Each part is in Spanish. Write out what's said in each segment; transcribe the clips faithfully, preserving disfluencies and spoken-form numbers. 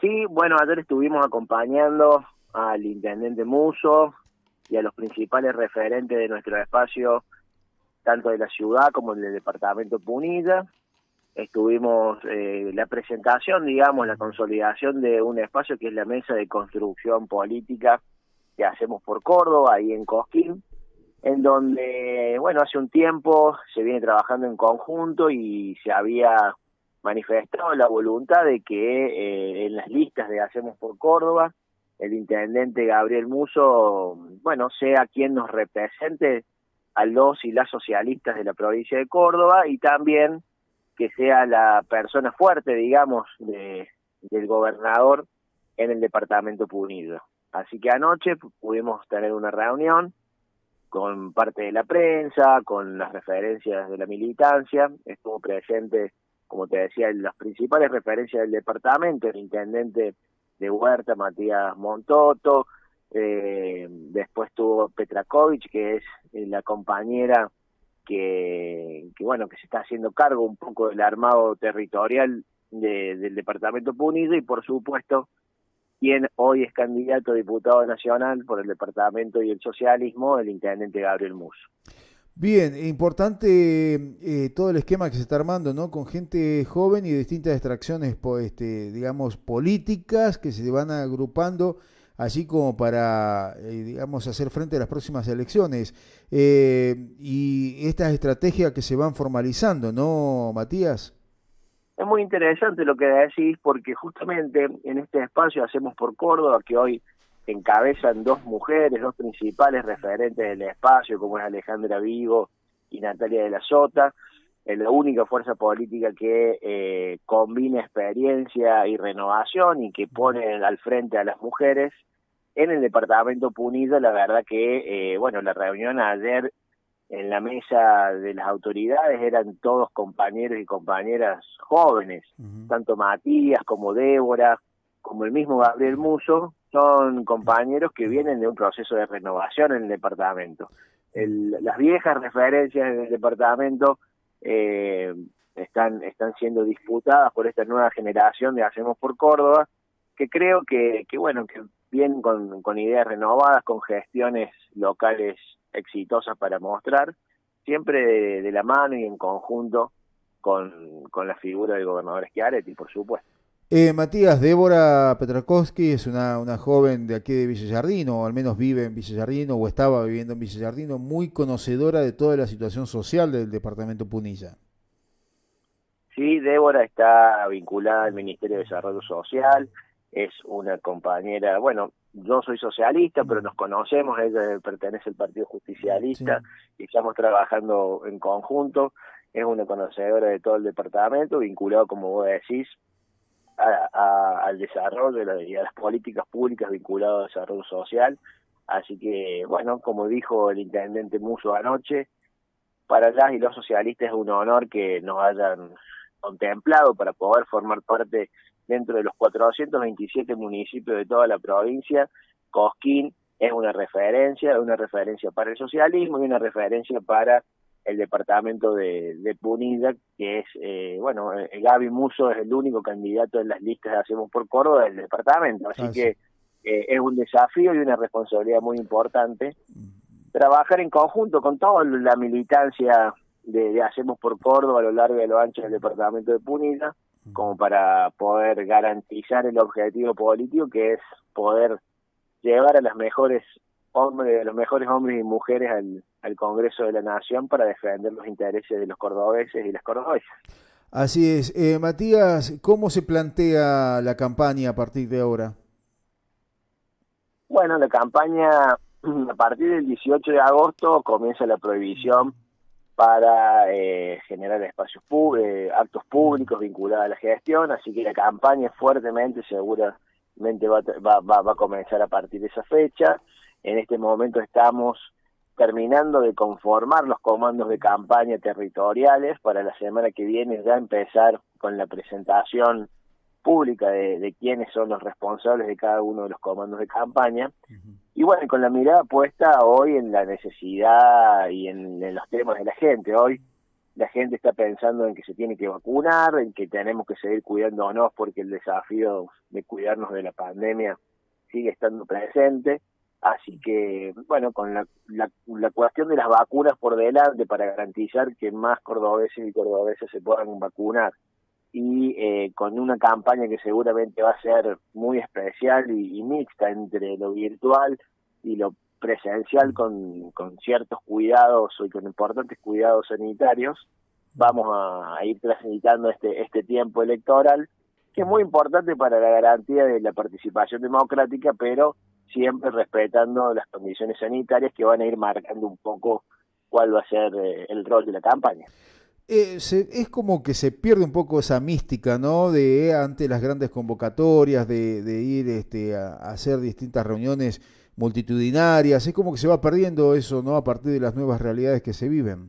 Sí, bueno, ayer estuvimos acompañando al intendente Musso y a los principales referentes de nuestro espacio, tanto de la ciudad como del departamento Punilla. Estuvimos eh, la presentación, digamos, la consolidación de un espacio que es la mesa de construcción política que hacemos por Córdoba, ahí en Cosquín, en donde, bueno, hace un tiempo se viene trabajando en conjunto y se había manifestado la voluntad de que eh, en las listas de Hacemos por Córdoba, el intendente Gabriel Musso, bueno, sea quien nos represente a los y las socialistas de la provincia de Córdoba y también que sea la persona fuerte, digamos, de, del gobernador en el departamento Punilla. Así que anoche pudimos tener una reunión con parte de la prensa, con las referencias de la militancia, estuvo presente, como te decía, las principales referencias del departamento, el intendente de Huerta, Matías Montoto, eh, después tuvo Petrakovich, que es la compañera que, que, bueno, que se está haciendo cargo un poco del armado territorial de, del departamento Punilla, y por supuesto, quien hoy es candidato a diputado nacional por el departamento y el socialismo, el intendente Gabriel Musso. Bien, importante eh, todo el esquema que se está armando, ¿no? Con gente joven y de distintas extracciones, po, este, digamos, políticas que se van agrupando, así como para, eh, digamos, hacer frente a las próximas elecciones. Eh, y estas estrategias que se van formalizando, ¿no, Matías? Es muy interesante lo que decís, porque justamente en este espacio Hacemos por Córdoba, que hoy encabezan dos mujeres, dos principales referentes del espacio, como es Alejandra Vigo y Natalia de la Sota, es la única fuerza política que eh, combina experiencia y renovación y que pone al frente a las mujeres en el departamento Punilla. La verdad que, eh, bueno, la reunión ayer en la mesa de las autoridades eran todos compañeros y compañeras jóvenes, uh-huh. Tanto Matías como Débora, como el mismo Gabriel Musso, son compañeros que vienen de un proceso de renovación en el departamento. El, las viejas referencias en el departamento eh, están, están siendo disputadas por esta nueva generación de Hacemos por Córdoba, que creo que, que bueno, que vienen con, con ideas renovadas, con gestiones locales exitosas para mostrar, siempre de, de la mano y en conjunto con, con la figura del gobernador Schiaretti, por supuesto. Eh, Matías, Débora Petrakowski es una, una joven de aquí de Villa Jardino, o al menos vive en Villa Jardino, o estaba viviendo en Villa Jardino, muy conocedora de toda la situación social del departamento Punilla. Sí, Débora está vinculada al Ministerio de Desarrollo Social, es una compañera, bueno, yo soy socialista, pero nos conocemos, ella pertenece al Partido Justicialista, sí. Y estamos trabajando en conjunto, es una conocedora de todo el departamento, vinculado, como vos decís, a, a, al desarrollo y a las políticas públicas vinculadas al desarrollo social. Así que, bueno, como dijo el intendente Musso anoche, para las y los socialistas es un honor que nos hayan contemplado para poder formar parte dentro de los cuatrocientos veintisiete municipios de toda la provincia. Cosquín es una referencia, una referencia para el socialismo y una referencia para el departamento de, de Punilla, que es, eh, bueno, eh, Gaby Musso es el único candidato en las listas de Hacemos por Córdoba del departamento, así ah, que sí. eh, es un desafío y una responsabilidad muy importante trabajar en conjunto con toda la militancia de, de Hacemos por Córdoba a lo largo y a lo ancho del departamento de Punilla, como para poder garantizar el objetivo político, que es poder llevar a las mejores hombres, a los mejores hombres y mujeres al, al Congreso de la Nación para defender los intereses de los cordobeses y las cordobesas. Así es. Eh, Matías, ¿cómo se plantea la campaña a partir de ahora? Bueno, la campaña a partir del dieciocho de agosto comienza la prohibición para eh, generar espacios públicos, eh, actos públicos vinculados a la gestión, así que la campaña fuertemente seguramente va, va, va, va a comenzar a partir de esa fecha. En este momento estamos terminando de conformar los comandos de campaña territoriales para la semana que viene ya empezar con la presentación pública de, de quiénes son los responsables de cada uno de los comandos de campaña. Uh-huh. Y bueno, con la mirada puesta hoy en la necesidad y en, en los temas de la gente. Hoy la gente está pensando en que se tiene que vacunar, en que tenemos que seguir cuidándonos porque el desafío de cuidarnos de la pandemia sigue estando presente. Así que, bueno, con la, la, la cuestión de las vacunas por delante para garantizar que más cordobeses y cordobesas se puedan vacunar y eh, con una campaña que seguramente va a ser muy especial y, y mixta entre lo virtual y lo presencial con, con ciertos cuidados y con importantes cuidados sanitarios, vamos a, a ir transitando este, este tiempo electoral, que es muy importante para la garantía de la participación democrática, pero siempre respetando las condiciones sanitarias que van a ir marcando un poco cuál va a ser eh, el rol de la campaña. Eh, se, es como que se pierde un poco esa mística, ¿no? De eh, ante las grandes convocatorias, de, de ir este, a, a hacer distintas reuniones multitudinarias, es como que se va perdiendo eso, ¿no? A partir de las nuevas realidades que se viven.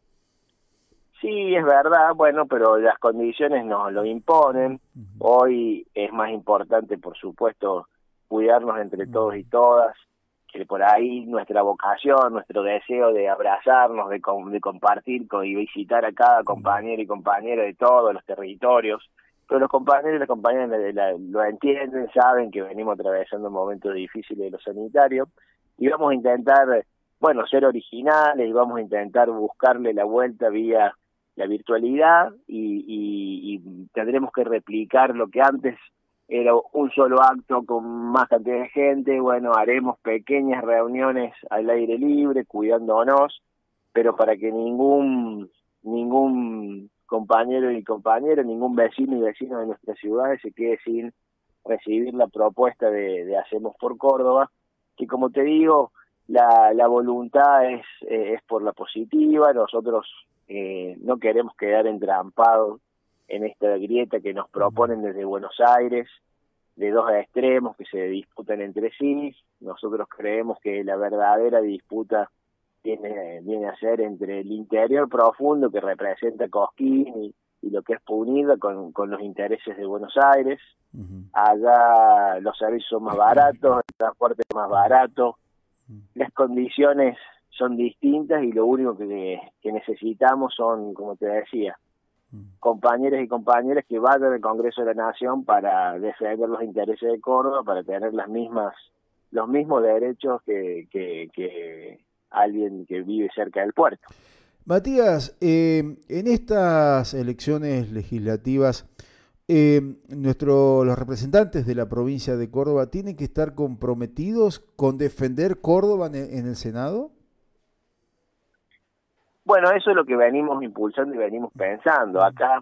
Sí, es verdad, bueno, pero las condiciones nos lo imponen. Uh-huh. Hoy es más importante, por supuesto, cuidarnos entre todos y todas, que por ahí nuestra vocación, nuestro deseo de abrazarnos, de, com de compartir con, y visitar a cada compañero y compañera de todos los territorios, pero los compañeros y las compañeras la, la, lo entienden, saben que venimos atravesando momentos difíciles de lo sanitario, y vamos a intentar, bueno, ser originales, y vamos a intentar buscarle la vuelta vía la virtualidad, y, y, y tendremos que replicar lo que antes era un solo acto con más cantidad de gente. Bueno, haremos pequeñas reuniones al aire libre, cuidándonos, pero para que ningún ningún compañero y compañera, ningún vecino y vecino de nuestras ciudades se quede sin recibir la propuesta de, de Hacemos por Córdoba, que como te digo, la, la voluntad es, eh, es por la positiva. Nosotros eh, no queremos quedar entrampados en esta grieta que nos proponen desde Buenos Aires, de dos extremos que se disputan entre sí. Nosotros creemos que la verdadera disputa viene, viene a ser entre el interior profundo que representa Cosquín y, y lo que es Punilla con, con los intereses de Buenos Aires. Uh-huh. Allá los servicios son más baratos, el transporte es más barato, las condiciones son distintas y lo único que, que necesitamos son, como te decía, compañeros y compañeras que vayan al Congreso de la Nación para defender los intereses de Córdoba, para tener las mismas los mismos derechos que, que, que alguien que vive cerca del puerto. Matías, eh, en estas elecciones legislativas, eh, nuestro, los representantes de la provincia de Córdoba tienen que estar comprometidos con defender Córdoba en el, en el Senado. Bueno, eso es lo que venimos impulsando y venimos pensando. Acá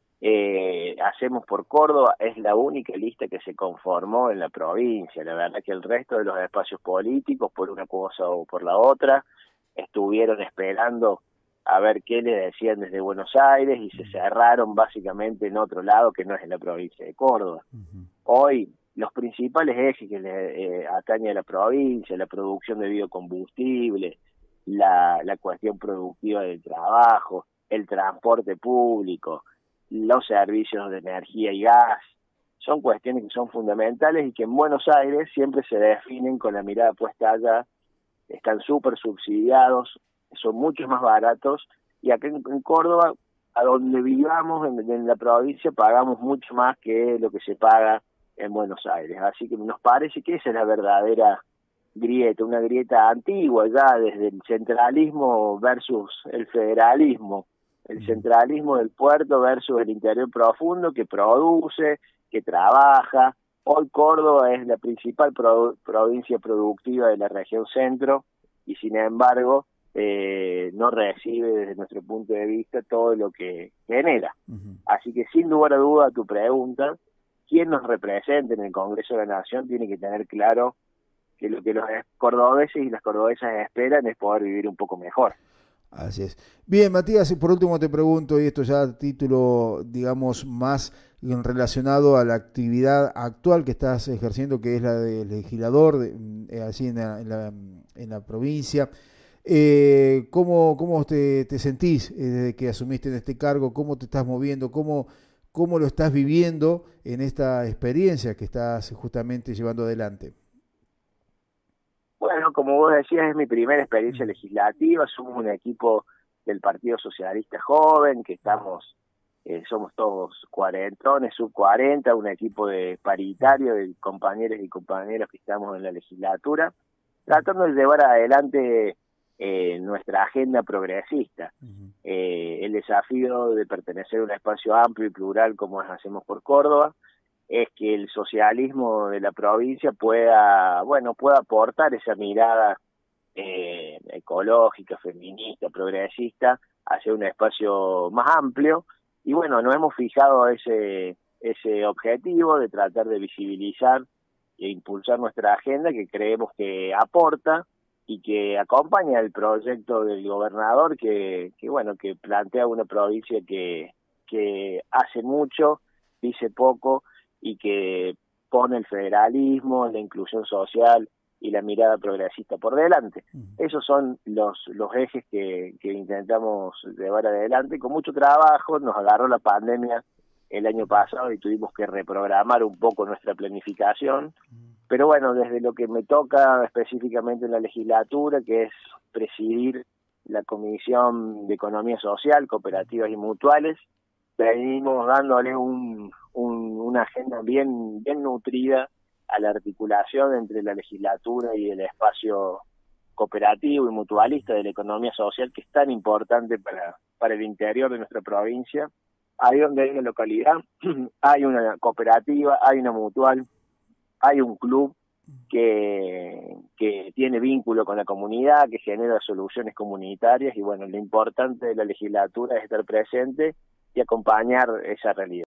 eh, Hacemos por Córdoba es la única lista que se conformó en la provincia. La verdad que el resto de los espacios políticos, por una cosa o por la otra, estuvieron esperando a ver qué les decían desde Buenos Aires y se cerraron básicamente en otro lado que no es en la provincia de Córdoba. Uh-huh. Hoy los principales ejes que le eh, atañe a la provincia, la producción de biocombustible, La, la cuestión productiva del trabajo, el transporte público, los servicios de energía y gas, son cuestiones que son fundamentales y que en Buenos Aires siempre se definen con la mirada puesta allá, están súper subsidiados, son mucho más baratos, y acá en, en Córdoba, a donde vivamos, en, en la provincia, pagamos mucho más que lo que se paga en Buenos Aires, así que nos parece que esa es la verdadera grieta, una grieta antigua ya, desde el centralismo versus el federalismo, el centralismo del puerto versus el interior profundo que produce, que trabaja. Hoy Córdoba es la principal pro, provincia productiva de la región centro y sin embargo eh, no recibe desde nuestro punto de vista todo lo que genera. Uh-huh. Así que sin lugar a duda a tu pregunta, quien nos represente en el Congreso de la Nación tiene que tener claro que lo que los cordobeses y las cordobesas esperan es poder vivir un poco mejor. Así es. Bien, Matías, y por último te pregunto, y esto ya a título, digamos, más relacionado a la actividad actual que estás ejerciendo, que es la de legislador, de, así en la, en la, en la provincia. Eh, ¿Cómo, cómo te, te sentís desde que asumiste en este cargo? ¿Cómo te estás moviendo? ¿Cómo, cómo lo estás viviendo en esta experiencia que estás justamente llevando adelante? Bueno, como vos decías, es mi primera experiencia legislativa, somos un equipo del Partido Socialista Joven, que estamos, eh, somos todos cuarentones, sub cuarenta, un equipo de paritario de compañeros y compañeras que estamos en la legislatura, tratando de llevar adelante eh, nuestra agenda progresista. Uh-huh. eh, el desafío de pertenecer a un espacio amplio y plural como Hacemos por Córdoba es que el socialismo de la provincia pueda, bueno, pueda aportar esa mirada eh, ecológica, feminista, progresista hacia un espacio más amplio. Y bueno, nos hemos fijado ese, ese objetivo de tratar de visibilizar e impulsar nuestra agenda, que creemos que aporta y que acompaña el proyecto del gobernador, que, que bueno, que plantea una provincia que, que hace mucho, dice poco, y que pone el federalismo, la inclusión social y la mirada progresista por delante. Uh-huh. Esos son los, los ejes que, que intentamos llevar adelante. Con mucho trabajo, nos agarró la pandemia el año pasado y tuvimos que reprogramar un poco nuestra planificación. Pero bueno, desde lo que me toca específicamente en la legislatura, que es presidir la Comisión de Economía Social, Cooperativas y Mutuales, venimos dándole un, un, una agenda bien, bien nutrida a la articulación entre la legislatura y el espacio cooperativo y mutualista de la economía social, que es tan importante para, para el interior de nuestra provincia. Ahí donde hay una localidad, hay una cooperativa, hay una mutual, hay un club que, que tiene vínculo con la comunidad, que genera soluciones comunitarias, y bueno, lo importante de la legislatura es estar presente y acompañar esa realidad.